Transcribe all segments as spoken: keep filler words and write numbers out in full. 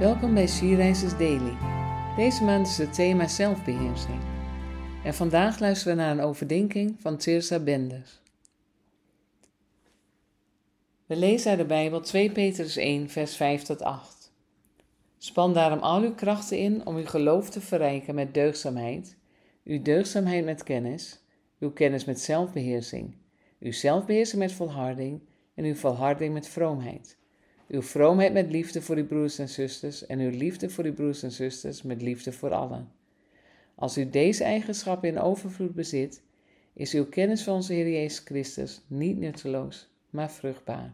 Welkom bij She-Rises Daily. Deze maand is het thema zelfbeheersing. En vandaag luisteren we naar een overdenking van Tirza Benders. We lezen uit de Bijbel twee Petrus één, vers vijf tot acht. Span daarom al uw krachten in om uw geloof te verrijken met deugdzaamheid, uw deugdzaamheid met kennis, uw kennis met zelfbeheersing, uw zelfbeheersing met volharding en uw volharding met vroomheid. Uw vroomheid met liefde voor uw broers en zusters en uw liefde voor uw broers en zusters met liefde voor allen. Als u deze eigenschappen in overvloed bezit, is uw kennis van onze Heer Jezus Christus niet nutteloos, maar vruchtbaar.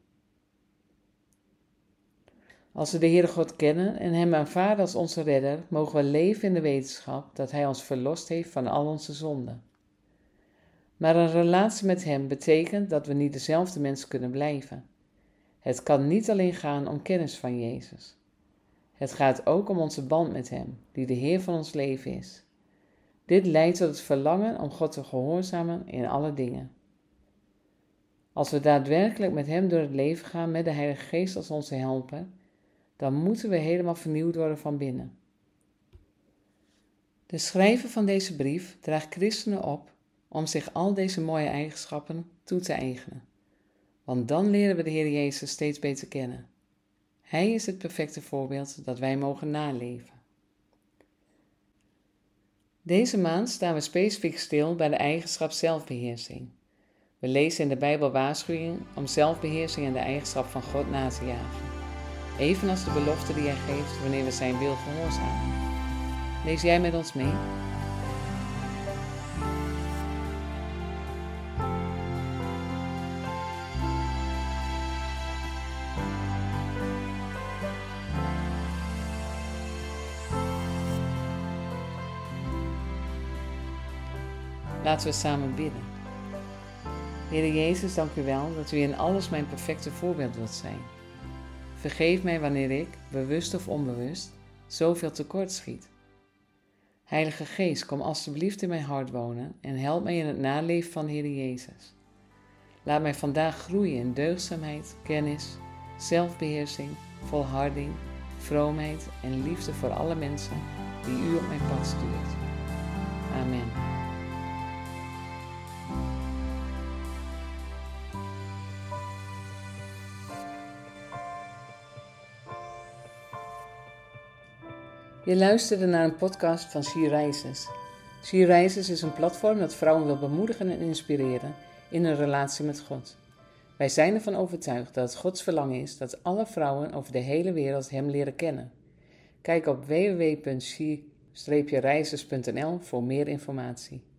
Als we de Heere God kennen en Hem aanvaarden als onze redder, mogen we leven in de wetenschap dat Hij ons verlost heeft van al onze zonden. Maar een relatie met Hem betekent dat we niet dezelfde mens kunnen blijven. Het kan niet alleen gaan om kennis van Jezus. Het gaat ook om onze band met Hem, die de Heer van ons leven is. Dit leidt tot het verlangen om God te gehoorzamen in alle dingen. Als we daadwerkelijk met Hem door het leven gaan met de Heilige Geest als onze helper, dan moeten we helemaal vernieuwd worden van binnen. De schrijver van deze brief draagt christenen op om zich al deze mooie eigenschappen toe te eigenen. Want dan leren we de Heer Jezus steeds beter kennen. Hij is het perfecte voorbeeld dat wij mogen naleven. Deze maand staan we specifiek stil bij de eigenschap zelfbeheersing. We lezen in de Bijbel waarschuwingen om zelfbeheersing en de eigenschap van God na te jagen. Evenals de belofte die Hij geeft wanneer we zijn wil gehoorzamen. Lees jij met ons mee? Laten we samen bidden. Heere Jezus, dank u wel dat u in alles mijn perfecte voorbeeld wilt zijn. Vergeef mij wanneer ik, bewust of onbewust, zoveel tekort schiet. Heilige Geest, kom alstublieft in mijn hart wonen en help mij in het naleven van Heere Jezus. Laat mij vandaag groeien in deugdzaamheid, kennis, zelfbeheersing, volharding, vroomheid en liefde voor alle mensen die u op mijn pad stuurt. Amen. Je luisterde naar een podcast van She-Rises. She-Rises is een platform dat vrouwen wil bemoedigen en inspireren in hun relatie met God. Wij zijn ervan overtuigd dat het Gods verlangen is dat alle vrouwen over de hele wereld Hem leren kennen. Kijk op w w w punt she dash rises punt n l voor meer informatie.